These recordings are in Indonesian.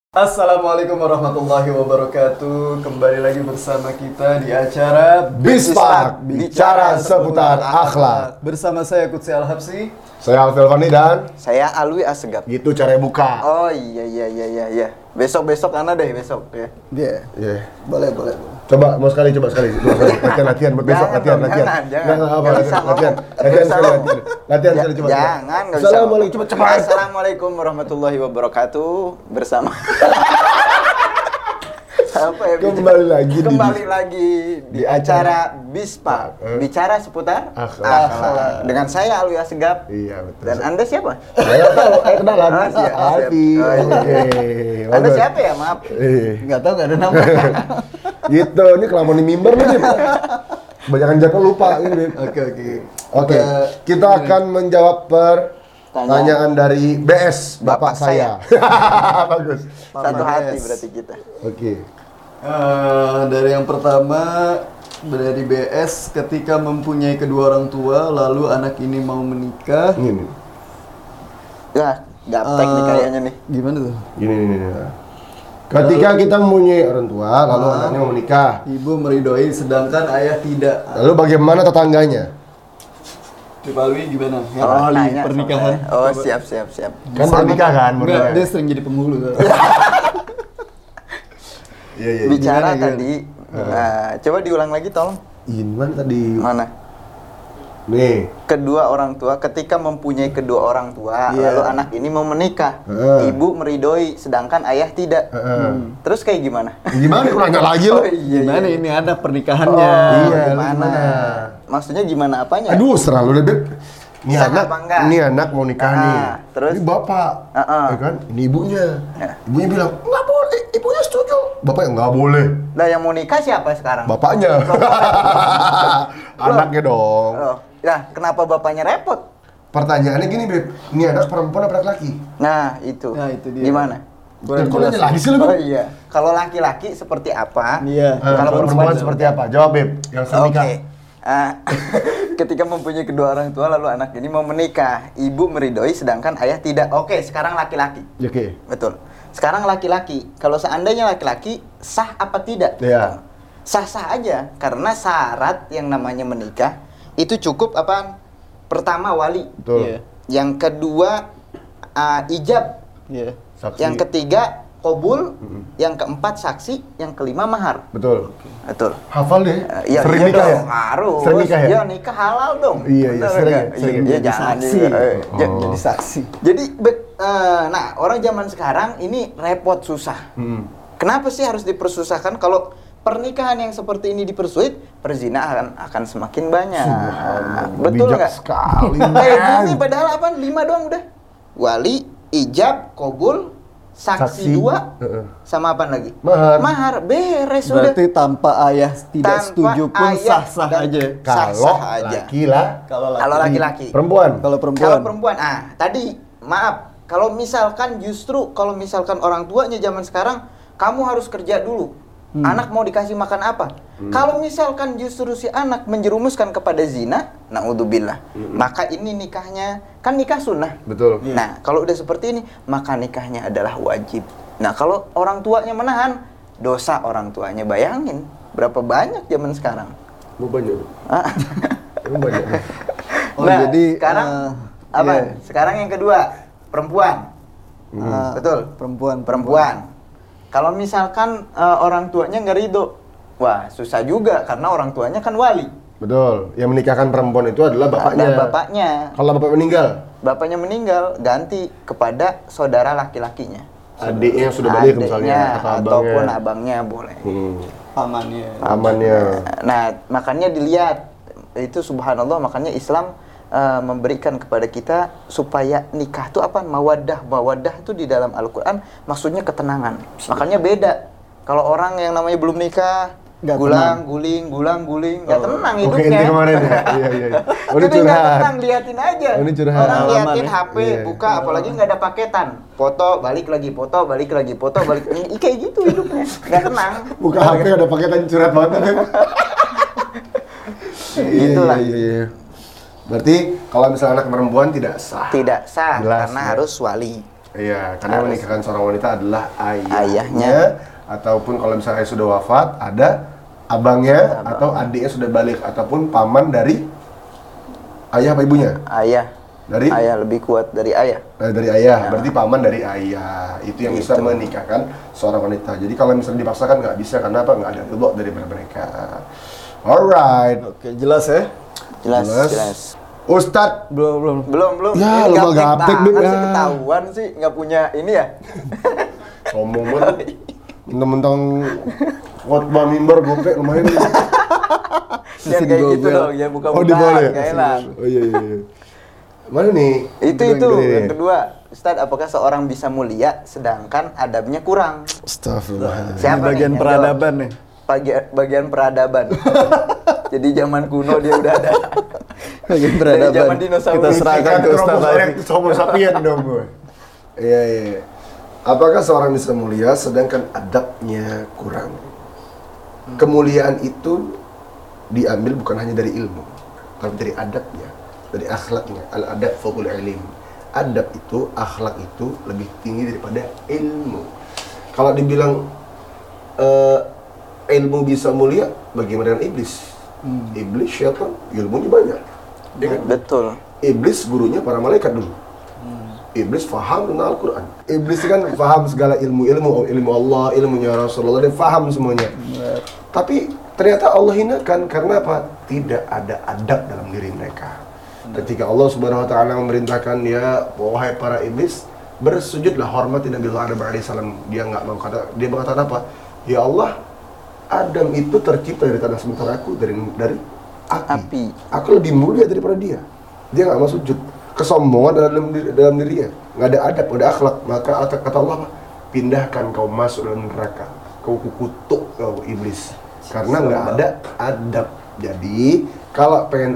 Assalamualaikum warahmatullahi wabarakatuh. Kembali lagi bersama kita di acara Bispak, bicara seputar akhlak. Bersama saya Kutsi Al-Habsi. Saya Alfil Fani dan saya Alwi Assegaf. gitu cara buka. Oh iya. Besok ana deh besok ya. Iya. Boleh. Coba sekali. Latihan buat besok, latihan. Jangan. Latihan sekali coba. Jangan, enggak bisa. Assalamualaikum, cepat. Assalamualaikum warahmatullahi wabarakatuh. Bersama apa ya? Kembali lagi di acara Bispak. Bicara seputar akhlak. Dengan saya Alwi Assegaf. Iya, betul. Dan Anda siapa? Saya tahu, kenalan. Siap. Alfi. Oh, iya. Oke. Anda bagus. siapa ya? Maaf. Nggak tahu, nggak ada nama. Gitu, ini kelamaan di mimbar nih, Bib. Kebanyakan jadwal lupa ini, Bib. Oke. Kita akan menjawab pertanyaan dari BS, Bapak saya. Bagus. Satu hati berarti kita. Oke. Dari yang pertama, dari BS, ketika mempunyai kedua orang tua, lalu anak ini mau menikah. Ini. Ya, gaptek nih kayaknya nih. Gimana tuh? Gini. Ketika kita mempunyai orang tua, lalu anaknya mau menikah. Ibu meridoi, sedangkan ayah tidak. Lalu bagaimana tetangganya? Di Palwi gimana? Yang Oh, ahli nanya pernikahan. soalnya. Oh, siap. Kan menikah kan? Enggak, dia sering jadi penghulu. Iya. Bicara Gimana? tadi, coba diulang lagi tolong. Gimana tadi? Mana? Nih. Kedua orang tua, ketika mempunyai kedua orang tua, Iya. lalu anak ini mau menikah. Ibu meridoi, sedangkan ayah tidak. Terus kayak gimana? Gimana? Aku nanya lagi lo. Gimana ini anak pernikahannya? Iya, lu gimana? gimana? Maksudnya gimana apanya? Aduh, serah lu deh, Beb. Sah apa enggak? Ini anak mau nikah nih. Terus? Ini bapak, ya kan? Ini ibunya. Ya. Ibunya bilang, nggak boleh. Ibunya setuju. Bapak nggak boleh. Lah yang mau nikah siapa sekarang? Bapaknya. Anaknya dong. Loh, nah, kenapa bapaknya repot? Pertanyaannya gini, Beb. Ini anak perempuan apa laki-laki? Nah, itu. Nah, itu dia. Gimana? Kok nanya lagi sih lu, Oh Beb? iya. Kalau laki-laki seperti apa? Iya. Kalau perempuan seperti apa? Jawab, Beb. Yang Oke. menikah. Ketika mempunyai kedua orang tua lalu anak ini mau menikah, ibu meridoi sedangkan ayah tidak. Oke, sekarang laki-laki. Oke. Betul. Sekarang laki-laki. Kalau seandainya laki-laki sah apa tidak? Iya. Sah-sah aja karena syarat yang namanya menikah itu cukup apa? Pertama wali. Betul. Iya. Yang kedua ijab. Iya. Saksi. Yang ketiga qabul, yang keempat saksi, yang kelima mahar. Betul. Betul. Hafal deh. Iya, Sering iya nikah dong, ya? harus. Sering nikah ya? Ya, nikah halal dong. Iya, Bener sering nggak? ya? Sering Iya, jadi jangan saksi. juga. Jadi saksi. Jadi, nah orang zaman sekarang ini repot susah. Kenapa sih harus dipersusahkan? Kalau pernikahan yang seperti ini dipersulit, perzinahan akan semakin banyak. Betul Bijak nggak? sekali, Kayak man. gini, padahal apa? 5 doang udah. Wali, ijab, qabul, saksi 2, sama apa lagi? Mahar, beres sudah. Berarti tanpa ayah tidak Tanpa setuju pun ayah sah-sah dan- aja. Kalau Sah-sah aja. Kalau Kalau laki-laki. perempuan. Kalau Kalau perempuan. perempuan, tadi maaf, kalau misalkan orang tuanya zaman sekarang, kamu harus kerja dulu. Anak mau dikasih makan apa? Kalau misalkan justru si anak menjerumuskan kepada zina, naudzubillah, maka ini nikahnya kan nikah sunnah. Betul. Nah, kalau udah seperti ini, maka nikahnya adalah wajib. Nah, kalau orang tuanya menahan, dosa orang tuanya. Bayangin, berapa banyak zaman sekarang. Mau banyak. Ah. Mau banyak. Oh, Nah, jadi sekarang apa? iya. Sekarang yang kedua, perempuan. Betul. Perempuan. Kalau misalkan orang tuanya nggak ridho, wah susah juga karena orang tuanya kan wali. Betul. Yang menikahkan perempuan itu adalah bapaknya. Ada bapaknya. Kalau bapak meninggal, Bapaknya meninggal, ganti kepada saudara laki-lakinya. adiknya yang sudah balik Adiknya misalnya atau ataupun abangnya. abangnya boleh. Pamannya. Amannya. Nah, makanya dilihat itu subhanallah, makanya Islam memberikan kepada kita supaya nikah itu apa? Mawaddah itu di dalam Al-Qur'an maksudnya ketenangan. Makanya beda. Kalau orang yang namanya belum nikah, Nggak guling, nggak tenang Oke, hidupnya. ini kemarin ya. Iya. Oh, ini Jadi nggak curhat. tenang, liatin aja. Oh, ini curhat. Orang Pengalaman liatin ya. HP, Iya. buka, apalagi nggak ada paketan. Foto, balik lagi, foto, balik. Kayak gitu hidupnya, nggak tenang. Buka HP ada paketan curhat banget kan. Itulah. Iya. Berarti kalau misalnya anak perempuan tidak sah. Tidak sah Jelas, karena ya. harus wali. Iya, karena menikahkan seorang wanita adalah Ayahnya. ataupun kalau misalnya ayah sudah wafat, ada abangnya atau adiknya sudah balik, ataupun paman dari ayah apa ibunya? Ayah. Dari? Ayah lebih kuat dari ayah. Dari ayah, berarti paman dari ayah. Itu yang bisa menikahkan seorang wanita. Jadi kalau misalnya dipaksakan nggak bisa, karena apa? Nggak ada ridho dari mereka. Alright. Oke, jelas ya? Jelas. Ustadz, Belum. Ya, Ini lu mah gaptek, Bib, banget ya. sih, ketahuan sih nggak punya ini ya. ngomong banget. Mentang-mentang khotbah mimbar gopek lumayan. Jangan kayak gitu dong, ya buka-bukaan, di bawah ya? nggak enak. Oh iya. Mana nih? Itu Gini. yang kedua. Ustadz, apakah seorang bisa mulia sedangkan adabnya kurang? Astagfirullah. Siapa Bagian nih yang peradaban nih. Bagian peradaban. Jadi zaman kuno dia udah ada. Bagian Dari peradaban. zaman dinosaurus. Kita serahkan ke Ustaz Aifik. Homo sapien dong gue. Iya. Apakah seorang bisa mulia sedangkan adabnya kurang? Kemuliaan itu diambil bukan hanya dari ilmu, tapi dari adabnya, dari akhlaknya. Al-adab fawqul ilm. Adab itu, akhlak itu lebih tinggi daripada ilmu. Kalau dibilang ilmu bisa mulia, bagaimana dengan iblis? Iblis, syaitan, ilmunya banyak. Ya kan? Betul. Iblis gurunya para malaikat dulu. Iblis faham tentang Al-Quran. Iblis kan faham segala ilmu Allah, ilmunya Rasulullah, dia faham semuanya. Tapi ternyata Allah hinakan karena apa? Tidak ada adab dalam diri mereka. Ketika Allah Subhanahu wa taala memerintahkan, ya wahai para iblis, bersujudlah, hormati Nabi Adam alaihi salam. Dia enggak mau kata, dia mengatakan apa? Ya Allah, Adam itu tercipta dari tanah, sementara aku dari api. Aku lebih mulia daripada dia. Dia enggak mau sujud. Kesombongan dalam dirinya, nggak ada adab, nggak ada akhlak. Maka kata Allah apa? Pindahkan kau masuk dalam neraka, kau kukutuk kau iblis, karena nggak ada adab. Jadi kalau pengen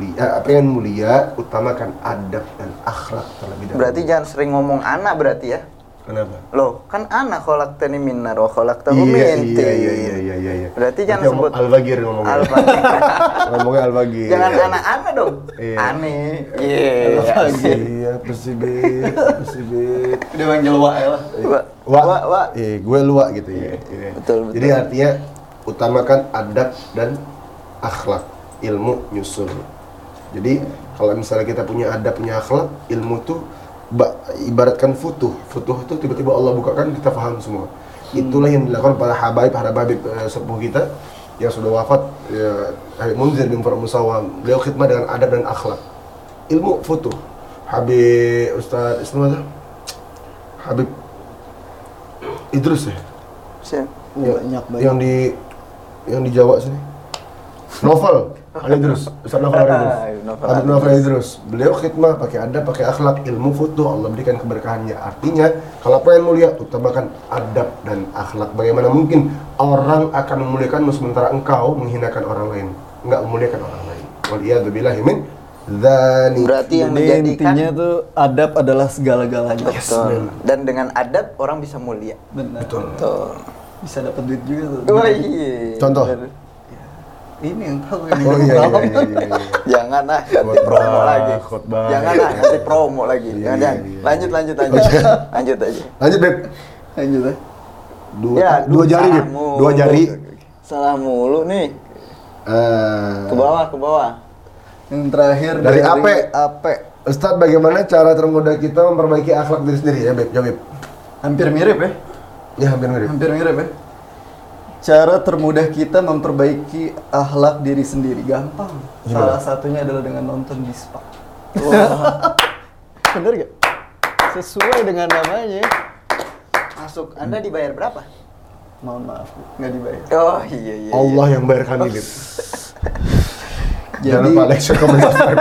mulia, utamakan adab dan akhlak terlebih dahulu. Berarti jangan sering ngomong anak berarti ya. Kenapa? Loh, kan anak khalaqtani min nar wa khalaqtahu min tin. Iya. Berarti jangan sebut Al-Bagir ngomongnya. Al-Bagir. Ngomongnya Al-Bagir. Jangan anak-anak dong. Iya. Aneh. Iya. Iya, persibit. Dia manggil wa ya lah. Wa. Gue luak gitu ya. Betul. Jadi artinya utamakan adab dan akhlak, ilmu nyusul. Jadi kalau misalnya kita punya adab, punya akhlak, ilmu tuh ibaratkan futuh itu tiba-tiba Allah bukakan, kita paham semua. Itulah yang dilakukan para habaib sepuh kita yang sudah wafat, ya, Habib Munzir bin Farah Musawam. Beliau khidmah dengan adab dan akhlak, ilmu futuh. Habib Ustaz Ismail, Habib Idrus ya, Banyak. yang di Jawa sini, Novel Idrus, Ustaz Novel Idrus. Beliau khidmah pakai adab, pakai akhlak, ilmu futuh, Allah berikan keberkahannya. Artinya kalau pengen mulia, utamakan adab dan akhlak. Bagaimana mungkin orang akan memuliakanmu sementara engkau menghinakan orang lain, enggak memuliakan orang lain. Waliyadzubillahi min dzalik. Berarti yang Jadi menjadikan intinya tuh adab adalah segala-galanya. betul. Dan dengan adab orang bisa mulia. Benar. Betul. Bisa dapat duit juga tuh. Oh iya. Contoh. Ini yang tahu Oh iya. Jangan nanti promo lagi. Khotbah. Jangan nanti promo lagi. Iya, Jangan. iya. Lanjut aja. Lanjut, Beb. Lanjut ya. Dua jari, Beb. Dua jari. Salah mulu nih. Ke bawah. Yang terakhir Dari Ape. Ape. Ustadz, bagaimana cara termudah kita memperbaiki akhlak diri sendiri ya, Beb? Jawab, Beb. Hampir mirip ya. Ya, hampir mirip. Ya. Cara termudah kita memperbaiki akhlak diri sendiri gampang. Gimana? Salah satunya adalah dengan nonton Bispa. Bener gak? Sesuai dengan namanya. Masuk. Anda dibayar berapa? Mohon maaf, nggak dibayar. Oh iya. Allah yang bayar kami, Beb. Jangan Jadi, lupa like, share, comment, subscribe.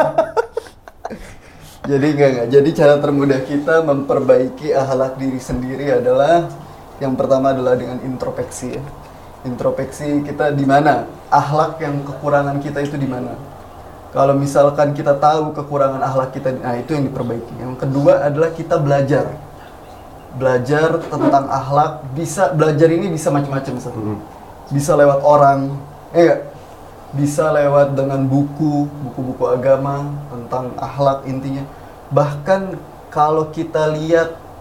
jadi enggak. Jadi cara termudah kita memperbaiki akhlak diri sendiri adalah yang pertama adalah dengan introspeksi ya. Introspeksi kita di mana? Akhlak yang kekurangan kita itu di mana? Kalau misalkan kita tahu kekurangan akhlak kita, nah itu yang diperbaiki. Yang kedua adalah kita belajar. Belajar tentang akhlak, belajar ini bisa macam-macam. Bisa lewat orang, bisa lewat dengan buku-buku agama tentang akhlak intinya. Bahkan kalau kita lihat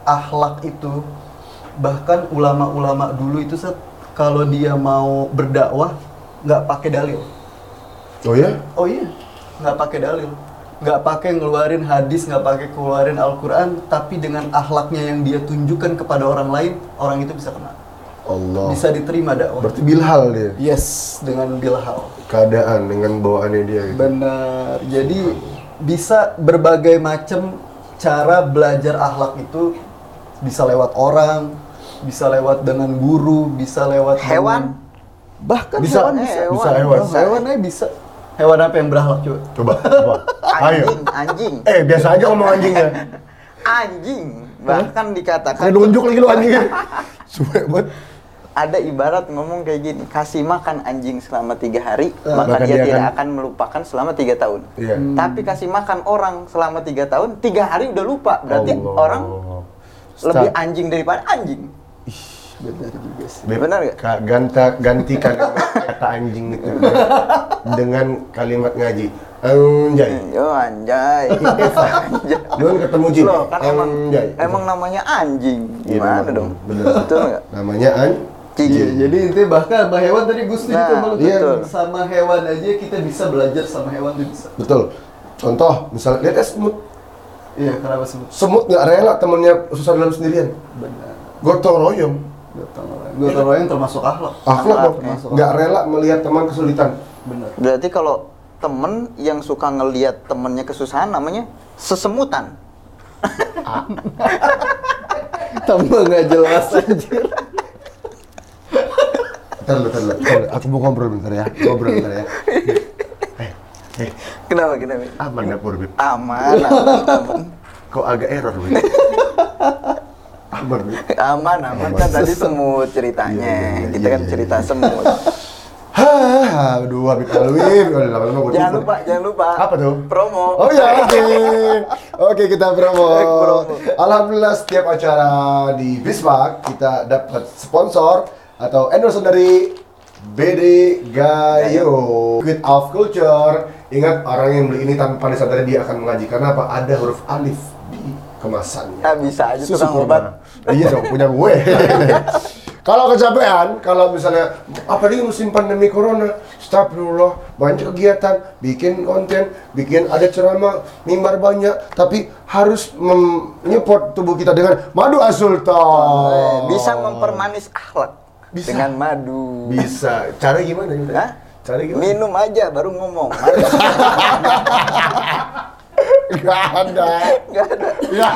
akhlak itu, bahkan ulama-ulama dulu itu kalau dia mau berdakwah nggak pakai dalil. Oh ya? Oh iya, nggak pakai dalil, nggak pakai ngeluarin hadis, nggak pakai keluarin Al-Quran, tapi dengan akhlaknya yang dia tunjukkan kepada orang lain, orang itu bisa kena. Allah. Bisa diterima dakwah. Berarti bilhal dia. Yes, dengan bilhal. Keadaan dengan bawaannya dia. Gitu. Benar. Jadi bisa berbagai macam cara belajar akhlak itu, bisa lewat orang, bisa lewat dengan guru, bisa lewat Hewan? Bahkan Bisa. hewan bisa. Bisa hewan. Hewan aja bisa. Hewan apa yang berakhlak coba? Coba. Ayo. Anjing. Biasa aja ngomong anjingnya. Anjing. Bahkan dikatakan Saya nunjuk lagi lu anjingnya. Suwe banget. ada ibarat ngomong kayak gini, kasih makan anjing selama 3 hari, maka maka dia dia tidak akan melupakan selama 3 tahun. Iya. Tapi kasih makan orang selama 3 tahun, 3 hari udah lupa. Berarti Allah. orang lebih Stop. anjing daripada anjing. Benar juga sih. Beb, Benar nggak? gantikan kata anjing itu dengan kalimat ngaji. Anjay. Yo anjay. Anjay. Nun ketemu Jin. Loh, kan Anjay. emang namanya anjing. Iya, Gimana bener. dong? Bener. Betul nggak? Namanya Iya, jadi itu bahkan sama hewan tadi Gus tuh Nah, juga malu iya. sama hewan aja kita bisa belajar sama hewan tuh bisa. Betul. Contoh, misalnya lihat semut. Iya, kenapa sebut? Semut nggak rela temennya susah dalam sendirian. Benar. Gotong royong. Gotong royong termasuk akhlak. Akhlak dong. Termasuk Nggak rela melihat teman kesulitan. Benar. Berarti kalau temen yang suka ngelihat temennya kesusahan namanya sesemutan. Tambah nggak jelas anjir. Bentar lu. Aku mau ngobrol bentar ya. Eh. Kenapa? Aman dapur, Bib. Aman. Kok agak error, Bib? Aman, Bib. Aman. Kan tadi semut ceritanya. Iya, Kita kan cerita semut. Aduh, Habib Alwi. Lama-lama gua tidur. Jangan lupa. Apa tuh? Promo. Oh ya, oke kita promo. Promo. Alhamdulillah setiap acara di Bismarck kita dapat sponsor atau endorse dari BD Gayo Quid of Culture. Ingat, orang yang beli ini tanpa disadari dia akan mengaji karena apa? Ada huruf alif di kemasannya. Bisa aja Susu tukang kurma. obat. Iya dong, punya gue. Kalau kecapean, kalau misalnya apalagi musim pandemi corona, astagfirullah, banyak kegiatan, bikin konten, bikin ada ceramah, mimbar banyak, tapi harus menyupport tubuh kita dengan madu Asultan. Bisa mempermanis akhlak Bisa. dengan madu. Bisa. Cara gimana? Hah? Cara gimana? Minum aja baru ngomong. Gak ada. Nggak ada.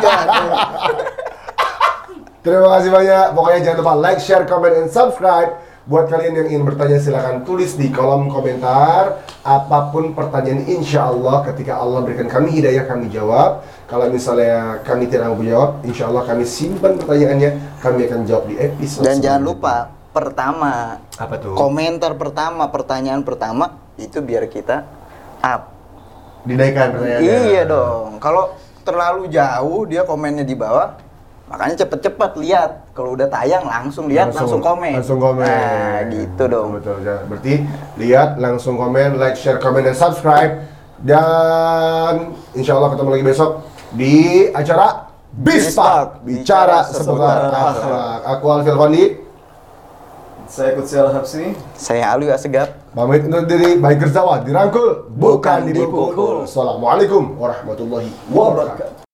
Terima kasih banyak. Pokoknya jangan lupa like, share, comment, and subscribe. Buat kalian yang ingin bertanya silahkan tulis di kolom komentar. Apapun pertanyaan, insya Allah ketika Allah berikan kami hidayah kami jawab. Kalau misalnya kami tidak mampu jawab, insya Allah kami simpan pertanyaannya. Kami akan jawab di episode Dan jangan selanjutnya. lupa pertama. Apa tuh? Komentar pertama, pertanyaan pertama itu biar kita up. Dinaikkan pertanyaannya. Iya dong. Kalau terlalu jauh dia komennya di bawah, makanya cepet-cepet lihat. Kalau udah tayang langsung lihat, langsung komen. Langsung komen. Nah, gitu dong. Betul. Berarti lihat, langsung komen, like, share, comment, dan subscribe. Dan insya Allah ketemu lagi besok di acara Bispark, bicara seputar akhlak. Aku Alfil Fandi. Saya Qudsi Al-Habsyi. Saya Alwi Asegaf. Pamit undur diri, baik kerjawan dirangkul, bukan dipukul. Assalamualaikum warahmatullahi wabarakatuh.